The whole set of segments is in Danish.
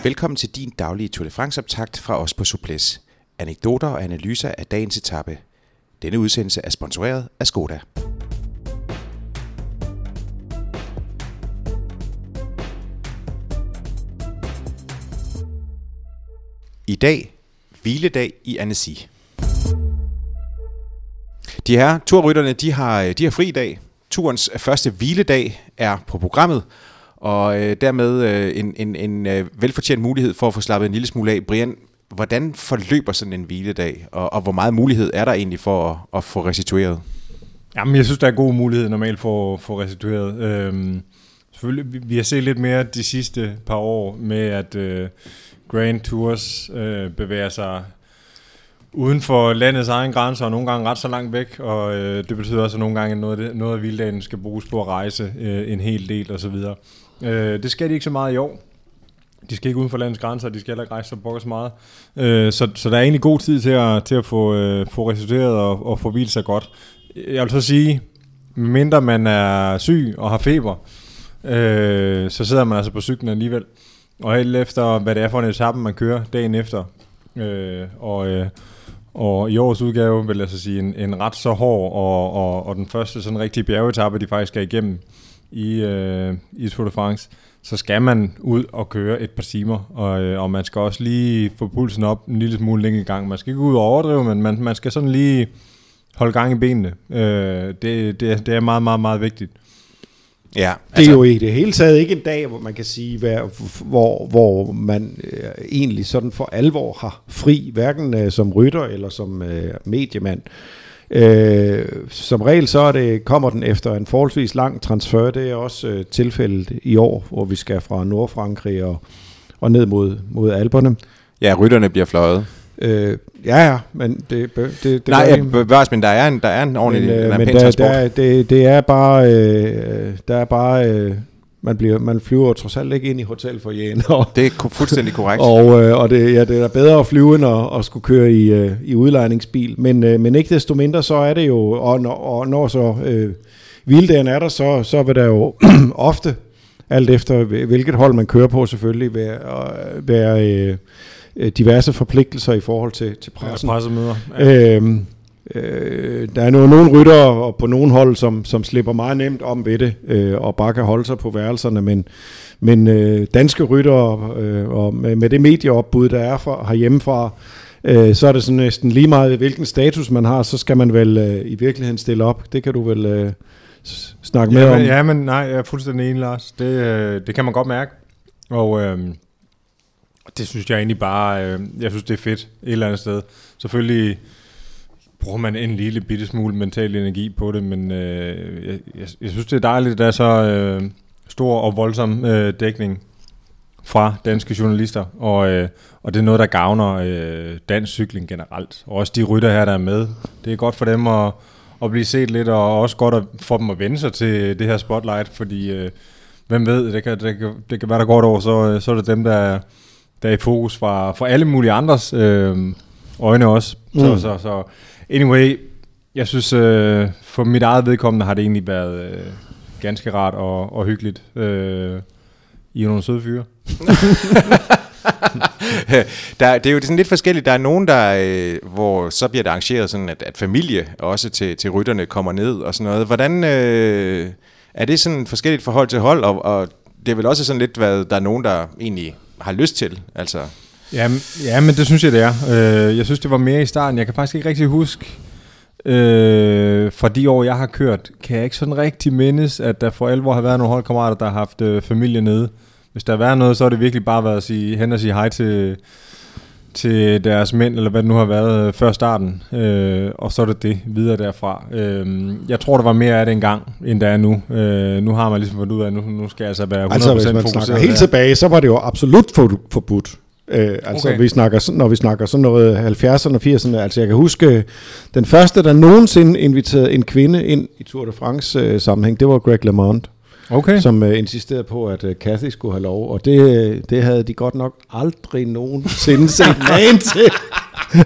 Velkommen til din daglige Tour de France-optakt fra os på Souplesse. Anekdoter og analyser af dagens etape. Denne udsendelse er sponsoreret af Skoda. I dag, hviledag i Annecy. De her turrytterne, de har fri i dag. Turens første hviledag er på programmet, og dermed en velfortjent mulighed for at få slappet en lille smule af. Brian, hvordan forløber sådan en hviledag, og hvor meget mulighed er der egentlig for at få restitueret? Jamen, jeg synes, der er god mulighed normalt for at få restitueret. Selvfølgelig, vi har set lidt mere de sidste par år med, at Grand Tours bevæger sig uden for landets egen grænser, og nogle gange ret så langt væk, og det betyder også, at nogle gange noget af hviledagen skal bruges på at rejse en hel del osv. Det skal de ikke så meget i år. De skal ikke uden for landets grænser, de skal heller ikke rejse så pokker så meget. Så der er egentlig god tid til at få restitueret og få hvilet sig godt. Jeg vil så sige, medmindre man er syg og har feber, så sidder man altså på cyklen alligevel. Og helt efter, hvad det er for en etape, man kører dagen efter. Og i årets udgave vil jeg så sige en ret så hård og den første sådan rigtige bjergetappe, de faktisk skal igennem i Tour de France, så skal man ud og køre et par timer, og man skal også lige få pulsen op en lille smule længe i gang. Man skal ikke ud og overdrive, men man skal sådan lige holde gang i benene. Det er meget, meget, meget vigtigt. Ja, det er jo i det hele taget ikke en dag, hvor man kan sige, hvor man egentlig sådan for alvor har fri, hverken som rytter eller som mediemand. Som regel så kommer den efter en forholdsvis lang transfer. Det er også tilfældet i år, hvor vi skal fra Nordfrankrig og ned mod Alperne. Ja, rytterne bliver fløjet. Ja, men det nej, men der er en ordentlig men transport. Det er bare man flyver trods alt ikke ind i hotelfoyeren. Det er fuldstændig korrekt. Og det er da bedre at flyve end at skulle køre i udlejningsbil, men ikke desto mindre så er det jo, og når så hviledagen er der, så vil der jo ofte, alt efter hvilket hold man kører på selvfølgelig, være diverse forpligtelser i forhold til pressen. Ja, pressemøder. Ja. Der er nogle ryttere på nogle hold, som slipper meget nemt om ved det, og bare kan holde sig på værelserne, men danske ryttere, og med det medieopbud, der er herhjemmefra, så er det sådan næsten lige meget, hvilken status man har, så skal man vel i virkeligheden stille op. Det kan du vel snakke med om. Ja, men nej, jeg er fuldstændig enig, Lars. Det kan man godt mærke, og det synes jeg egentlig bare, jeg synes det er fedt et eller andet sted. Selvfølgelig bruger man en lille bitte smule mental energi på det, men jeg synes det er dejligt, at der er så stor og voldsom dækning fra danske journalister, og det er noget, der gavner dansk cykling generelt. Og også de rytter her, der er med. Det er godt for dem at blive set lidt, og også godt for dem at vende sig til det her spotlight, fordi hvem ved, det kan være der går et år, så er det dem, der er i fokus for alle mulige andres øjne også. Så anyway, jeg synes for mit eget vedkommende har det egentlig været ganske rart og hyggeligt. I nogle søde fyre. Det er jo sådan lidt forskelligt. Der er nogen, hvor så bliver det arrangeret sådan, at familie også til rytterne kommer ned og sådan noget. Hvordan er det sådan forskelligt forhold til hold? Og det er vel også sådan lidt, hvad der er nogen, der egentlig har lyst til, altså. Ja, men det synes jeg, det er. Jeg synes, det var mere i starten. Jeg kan faktisk ikke rigtig huske, fra de år, jeg har kørt, kan jeg ikke sådan rigtig mindes, at der for alvor har været nogle holdkammerater, der har haft familie nede. Hvis der har været noget, så har det virkelig bare været at sige hej til deres mænd, eller hvad det nu har været før starten, og så er det videre derfra. Jeg tror, der var mere af det engang, end der er nu. Nu har man ligesom fundet ud af, at nu skal jeg altså være 100% fokuseret. Altså, hvis man snakker helt tilbage, så var det jo absolut forbudt. Okay. Når vi snakker sådan noget 70'erne og 80'erne, altså jeg kan huske, den første, der nogensinde inviterede en kvinde ind i Tour de France sammenhæng, det var Greg LeMond. Okay. Som insisterede på, at Cathy skulle have lov, og det havde de godt nok aldrig nogensinde set magen til.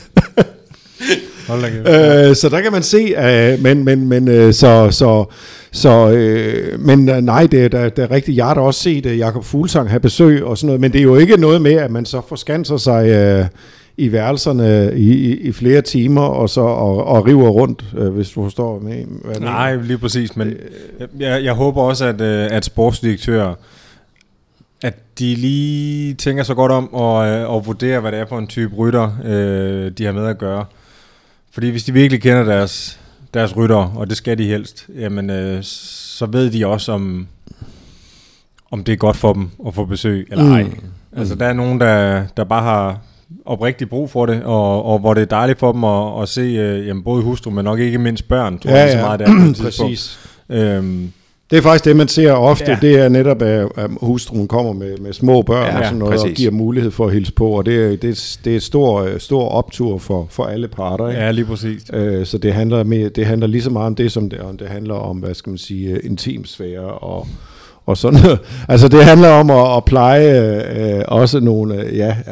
Så der kan man se, Men nej, det er rigtigt. Jeg har da også set Jakob Fuglsang have besøg og sådan noget, men det er jo ikke noget med, at man så forskanser sig i værelserne i flere timer og river rundt, hvis du forstår med. Nej, lige præcis, men jeg håber også, at sportsdirektører, at de lige tænker så godt om og vurderer, hvad det er for en type rytter, de har med at gøre. Fordi hvis de virkelig kender deres rytter, og det skal de helst, jamen, så ved de også, om det er godt for dem at få besøg, eller ej. Altså, der er nogen, der bare har oprigtigt brug for det, og hvor det er dejligt for dem at se jamen, både hustru, men nok ikke mindst børn, tror jeg, så meget der. Præcis. Det er faktisk det, man ser ofte, det er netop, at hustruen kommer med små børn og sådan noget, og giver mulighed for at hilse på, og det er et stor optur for alle parter. Ikke? Ja, lige præcis. Så det handler lige så meget om det, som det handler om, hvad skal man sige, intimsfære og sådan noget. Altså det handler om at pleje også nogle,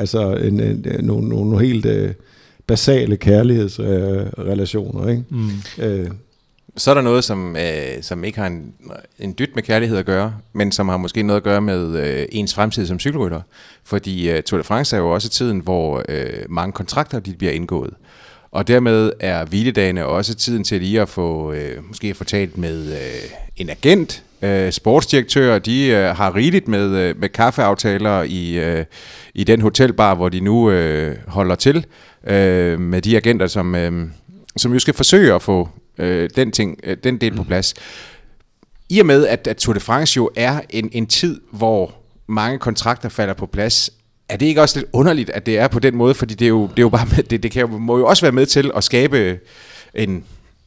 nogle helt basale kærlighedsrelationer, ikke? Så er der noget, som ikke har en dyt med kærlighed at gøre, men som har måske noget at gøre med ens fremtid som cykelrytter. Fordi Tour de France er jo også tiden, hvor mange kontrakter de bliver indgået. Og dermed er hviledagene også tiden til lige at få talt med en agent. Sportsdirektører, de har rigeligt med kaffeaftaler i den hotelbar, hvor de nu holder til med de agenter, som jo skal forsøge at få den del på plads. I og med, at Tour de France jo er en tid, hvor mange kontrakter falder på plads, er det ikke også lidt underligt, at det er på den måde? Fordi det er jo bare må jo også være med til at skabe en...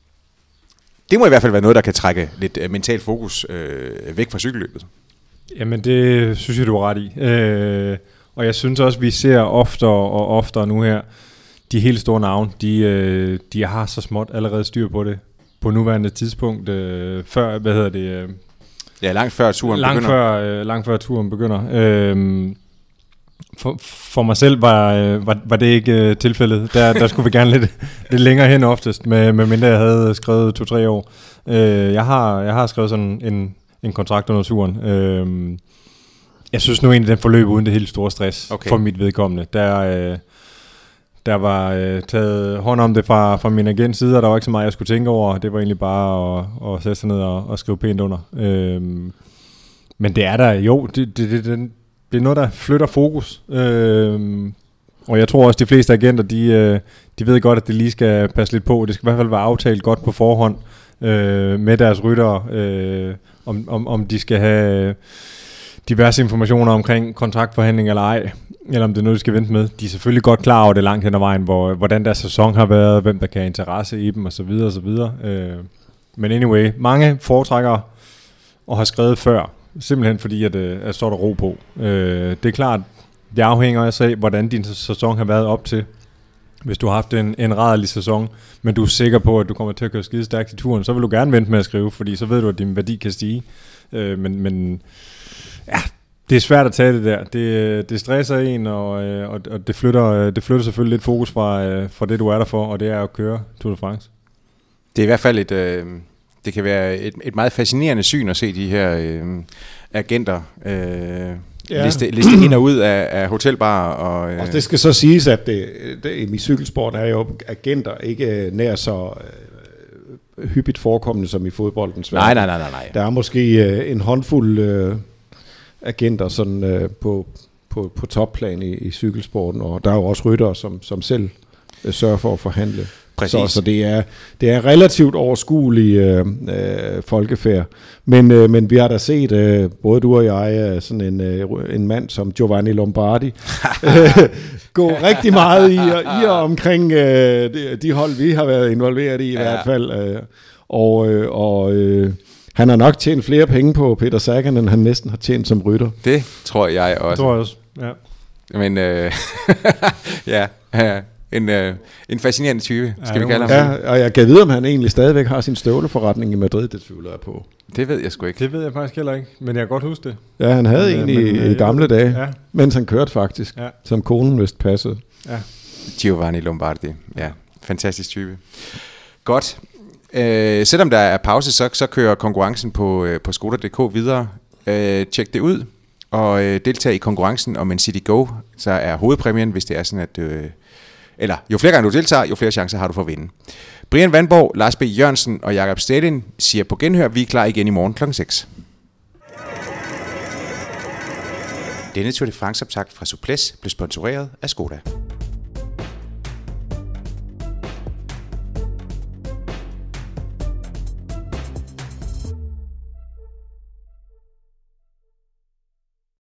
Det må i hvert fald være noget, der kan trække lidt mental fokus væk fra cykelløbet. Jamen det synes jeg, du er ret i. Og jeg synes også, vi ser oftere nu her, de helt store navne, de har så småt allerede styr på det på nuværende tidspunkt, før, langt før turen begynder. Langt før turen begynder. For mig selv var det ikke tilfældet. Der skulle vi gerne lidt længere hen oftest, med mindre jeg havde skrevet 2-3 år. Jeg har skrevet sådan en kontrakt under turen. Jeg synes nu egentlig, den forløb uden det helt store stress for mit vedkommende. Der var taget hånd om det fra min agents side, og der var ikke så meget, jeg skulle tænke over. Det var egentlig bare at sætte sig ned og skrive pænt under. Men det er der jo, det er noget, der flytter fokus. Og jeg tror også, de fleste agenter, de ved godt, at det lige skal passe lidt på. Det skal i hvert fald være aftalt godt på forhånd med deres ryttere, om de skal have diverse informationer omkring kontraktforhandling eller ej, eller om det er noget, de skal vente med. De er selvfølgelig godt klar over det langt hen ad vejen, hvordan deres sæson har været, hvem der kan have interesse i dem, osv. Men anyway, mange foretrækker at have skrevet før, simpelthen fordi, at så er der ro på. Det er klart, det afhænger også af, hvordan din sæson har været op til. Hvis du har haft en rædderlig sæson, men du er sikker på, at du kommer til at køre skide stærkt i turen, så vil du gerne vente med at skrive, fordi så ved du, at din værdi kan stige. Men ja, det er svært at tage det der. Det stresser en, og det flytter selvfølgelig lidt fokus fra det, du er der for, og det er at køre Tour de France. Det er i hvert fald det kan være et meget fascinerende syn at se de her agenter liste ind og ud af hotelbarer. Og det skal så siges, at i cykelsport er jo agenter ikke nær så hyppigt forekommende som i fodboldens verden. Nej. Der er måske en håndfuld agenter sådan, på topplan i cykelsporten, og der er jo også ryttere, som selv sørger for at forhandle. Så det er relativt overskuelig folkefærd. Men vi har da set, både du og jeg, sådan en mand som Giovanni Lombardi, gå rigtig meget i og omkring de hold, vi har været involveret i hvert fald. Han har nok tjent flere penge på Peter Sagan, end han næsten har tjent som rytter. Det tror jeg også. Ja. Men en fascinerende type, skal vi kalde ham. Ja, og jeg kan vide, om han egentlig stadigvæk har sin støvleforretning i Madrid, det tvivler jeg på. Det ved jeg sgu ikke. Det ved jeg faktisk heller ikke, men jeg kan godt huske det. Ja, han havde egentlig i gamle dage, mens han kørte faktisk, som konen vist passede. Ja. Giovanni Lombardi, ja, fantastisk type. Godt. Selvom der er pause, så kører konkurrencen på Skoda.dk videre. Tjek det ud, og deltag i konkurrencen om en City Go. Så er hovedpræmien, hvis det er sådan, at... eller jo flere gange du deltager, jo flere chancer har du for at vinde. Brian Vandborg, Lars B. Jørgensen og Jakob Stalin siger på genhør, vi er klar igen i morgen kl. 6. Denne Tour de France-optakt fra Souplesse blev sponsoreret af Skoda.